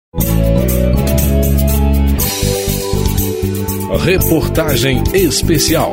Reportagem especial.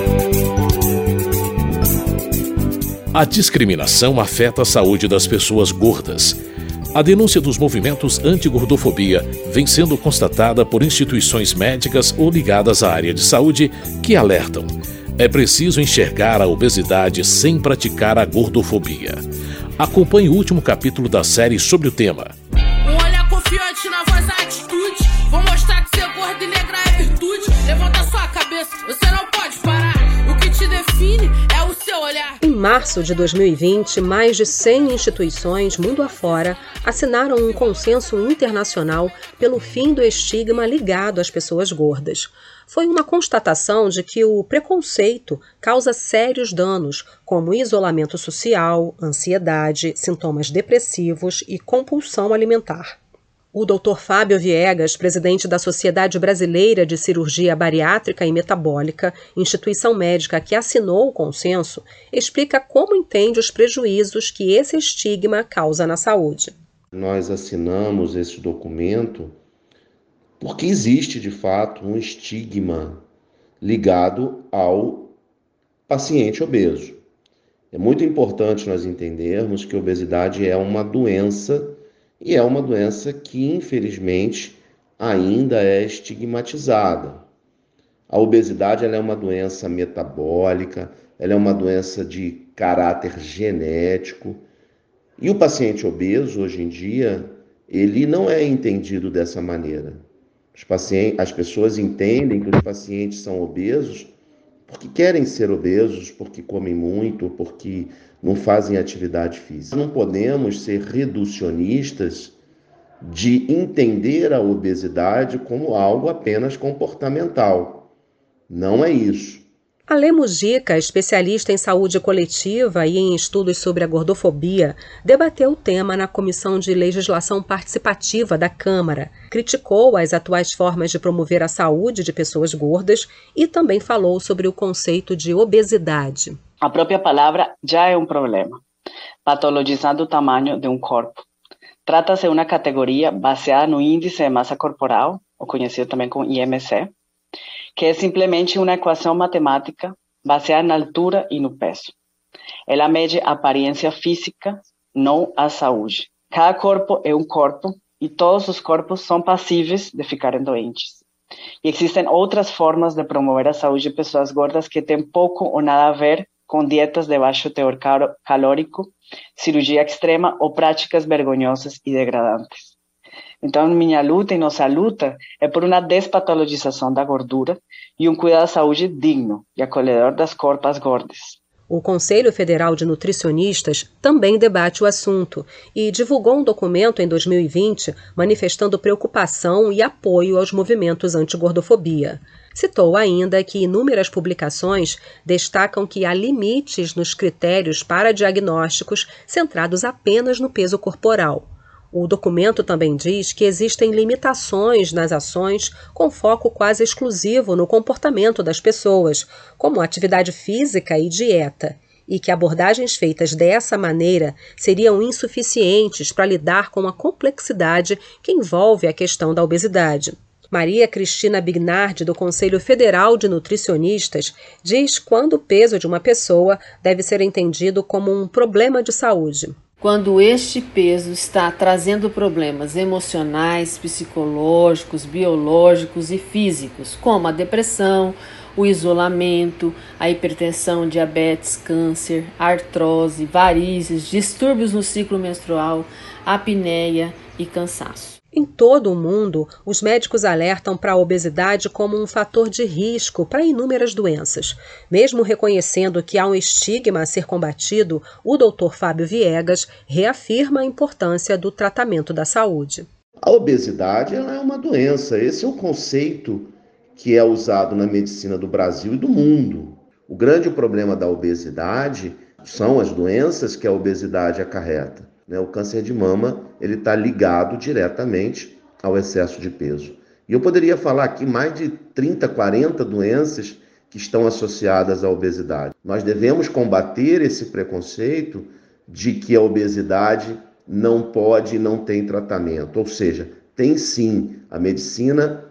A discriminação afeta a saúde das pessoas gordas. A denúncia dos movimentos anti-gordofobia vem sendo constatada por instituições médicas ou ligadas à área de saúde que alertam: é preciso enxergar a obesidade sem praticar a gordofobia. Acompanhe o último capítulo da série sobre o tema. Um olhar confiante na voz, a atitude. Vou mostrar que ser gordo e negra é virtude. Levanta sua cabeça, você não pode parar. O que te define é o seu olhar. Em março de 2020, mais de 100 instituições mundo afora assinaram um consenso internacional pelo fim do estigma ligado às pessoas gordas. Foi uma constatação de que o preconceito causa sérios danos, como isolamento social, ansiedade, sintomas depressivos e compulsão alimentar. O Dr. Fábio Viegas, presidente da Sociedade Brasileira de Cirurgia Bariátrica e Metabólica, instituição médica que assinou o consenso, explica como entende os prejuízos que esse estigma causa na saúde. Nós assinamos esse documento porque existe, de fato, um estigma ligado ao paciente obeso. É muito importante nós entendermos que a obesidade é uma doença, e é uma doença que, infelizmente, ainda é estigmatizada. A obesidade ela é uma doença metabólica, ela é uma doença de caráter genético. E o paciente obeso, hoje em dia, ele não é entendido dessa maneira. As pessoas entendem que os pacientes são obesos porque querem ser obesos, porque comem muito, porque não fazem atividade física. Não podemos ser reducionistas de entender a obesidade como algo apenas comportamental. Não é isso. Alê Mujica, especialista em saúde coletiva e em estudos sobre a gordofobia, debateu o tema na Comissão de Legislação Participativa da Câmara, criticou as atuais formas de promover a saúde de pessoas gordas e também falou sobre o conceito de obesidade. A própria palavra já é um problema, patologizando o tamanho de um corpo. Trata-se de uma categoria baseada no índice de massa corporal, ou conhecido também como IMC, que é simplesmente uma equação matemática baseada na altura e no peso. Ela mede a aparência física, não a saúde. Cada corpo é um corpo e todos os corpos são passíveis de ficarem doentes. E existem outras formas de promover a saúde de pessoas gordas que têm pouco ou nada a ver com dietas de baixo teor calórico, cirurgia extrema ou práticas vergonhosas e degradantes. Então, minha luta e nossa luta é por uma despatologização da gordura e um cuidado da saúde digno e acolhedor das corpas gordas. O Conselho Federal de Nutricionistas também debate o assunto e divulgou um documento em 2020 manifestando preocupação e apoio aos movimentos anti-gordofobia. Citou ainda que inúmeras publicações destacam que há limites nos critérios para diagnósticos centrados apenas no peso corporal. O documento também diz que existem limitações nas ações com foco quase exclusivo no comportamento das pessoas, como atividade física e dieta, e que abordagens feitas dessa maneira seriam insuficientes para lidar com a complexidade que envolve a questão da obesidade. Maria Cristina Bignardi, do Conselho Federal de Nutricionistas, diz quando o peso de uma pessoa deve ser entendido como um problema de saúde. Quando este peso está trazendo problemas emocionais, psicológicos, biológicos e físicos, como a depressão, o isolamento, a hipertensão, diabetes, câncer, artrose, varizes, distúrbios no ciclo menstrual, apneia e cansaço. Em todo o mundo, os médicos alertam para a obesidade como um fator de risco para inúmeras doenças. Mesmo reconhecendo que há um estigma a ser combatido, o Dr. Fábio Viegas reafirma a importância do tratamento da saúde. A obesidade ela é uma doença. Esse é o conceito que é usado na medicina do Brasil e do mundo. O grande problema da obesidade são as doenças que a obesidade acarreta. O câncer de mama ele está ligado diretamente ao excesso de peso. E eu poderia falar aqui mais de 30, 40 doenças que estão associadas à obesidade. Nós devemos combater esse preconceito de que a obesidade não pode e não tem tratamento. Ou seja, Tem sim, a medicina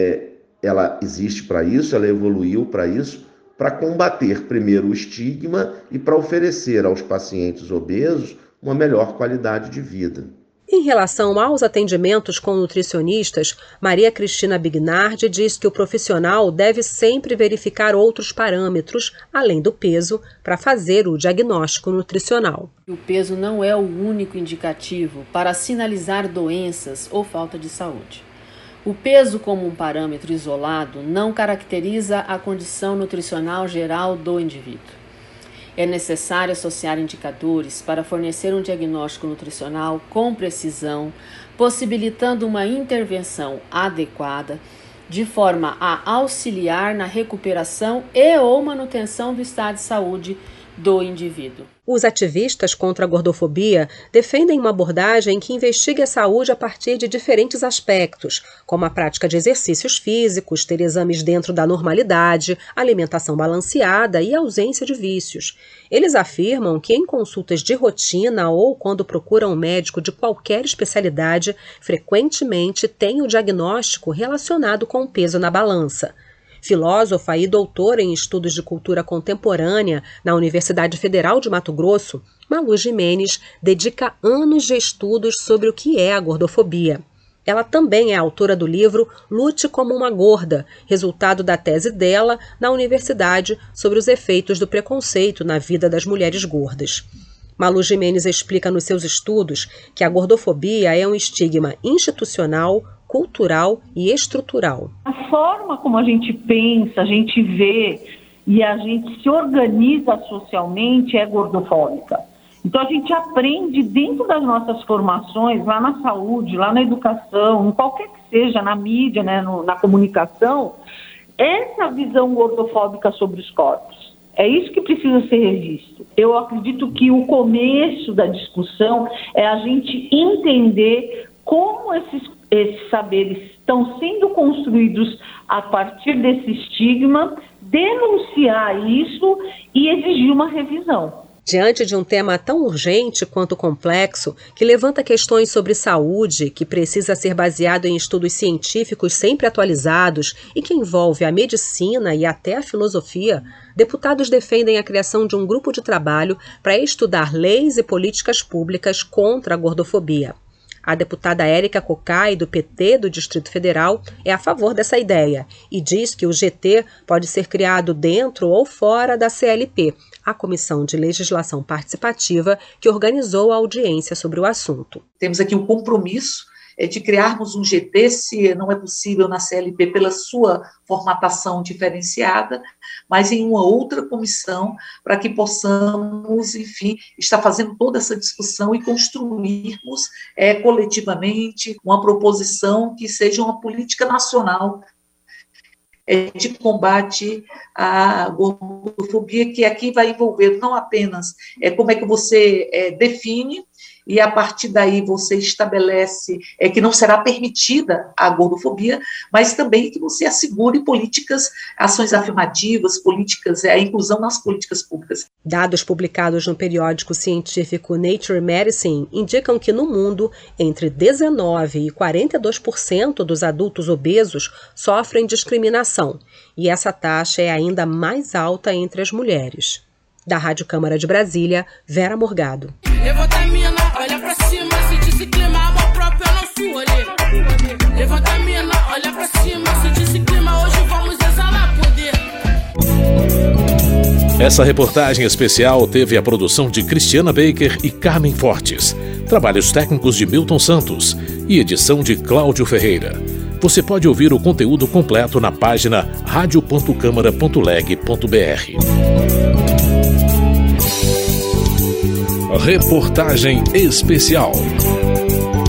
ela existe para isso, ela evoluiu para isso, para combater primeiro o estigma e para oferecer aos pacientes obesos uma melhor qualidade de vida. Em relação aos atendimentos com nutricionistas, Maria Cristina Bignardi diz que o profissional deve sempre verificar outros parâmetros, além do peso, para fazer o diagnóstico nutricional. O peso não é o único indicativo para sinalizar doenças ou falta de saúde. O peso como um parâmetro isolado não caracteriza a condição nutricional geral do indivíduo. É necessário associar indicadores para fornecer um diagnóstico nutricional com precisão, possibilitando uma intervenção adequada, de forma a auxiliar na recuperação e ou manutenção do estado de saúde do indivíduo. Os ativistas contra a gordofobia defendem uma abordagem que investigue a saúde a partir de diferentes aspectos, como a prática de exercícios físicos, ter exames dentro da normalidade, alimentação balanceada e ausência de vícios. Eles afirmam que em consultas de rotina ou quando procuram um médico de qualquer especialidade, frequentemente tem o diagnóstico relacionado com o peso na balança. Filósofa e doutora em estudos de cultura contemporânea na Universidade Federal de Mato Grosso, Malu Gimenez dedica anos de estudos sobre o que é a gordofobia. Ela também é autora do livro Lute como uma Gorda, resultado da tese dela na universidade sobre os efeitos do preconceito na vida das mulheres gordas. Malu Gimenez explica nos seus estudos que a gordofobia é um estigma institucional, cultural e estrutural. A forma como a gente pensa, a gente vê e a gente se organiza socialmente é gordofóbica. Então a gente aprende dentro das nossas formações, lá na saúde, lá na educação, em qualquer que seja, na mídia, né, na comunicação, essa visão gordofóbica sobre os corpos. É isso que precisa ser revisto. Eu acredito que o começo da discussão é a gente entender como esses saberes estão sendo construídos a partir desse estigma, denunciar isso e exigir uma revisão. Diante de um tema tão urgente quanto complexo, que levanta questões sobre saúde, que precisa ser baseado em estudos científicos sempre atualizados e que envolve a medicina e até a filosofia, deputados defendem a criação de um grupo de trabalho para estudar leis e políticas públicas contra a gordofobia. A deputada Érica Cocai, do PT do Distrito Federal, é a favor dessa ideia e diz que o GT pode ser criado dentro ou fora da CLP, a Comissão de Legislação Participativa que organizou a audiência sobre o assunto. Temos aqui um compromisso de criarmos um GT, se não é possível na CLP pela sua formatação diferenciada, mas em uma outra comissão, para que possamos, enfim, estar fazendo toda essa discussão e construirmos coletivamente uma proposição que seja uma política nacional de combate à gordofobia, que aqui vai envolver não apenas como é que você define, e a partir daí você estabelece que não será permitida a gordofobia, mas também que você assegure políticas, ações afirmativas, políticas, a inclusão nas políticas públicas. Dados publicados no periódico científico Nature Medicine indicam que no mundo, entre 19% e 42% dos adultos obesos sofrem discriminação, e essa taxa é ainda mais alta entre as mulheres. Da Rádio Câmara de Brasília, Vera Morgado. Levanta a mina, olha pra cima, sente esse clima, amor próprio é nosso rolê. Levanta a mina, olha pra cima, sente esse clima, hoje vamos exalar poder. Essa reportagem especial teve a produção de Cristiana Baker e Carmen Fortes, trabalhos técnicos de Milton Santos e edição de Cláudio Ferreira. Você pode ouvir o conteúdo completo na página radio.câmara.leg.br. Reportagem especial.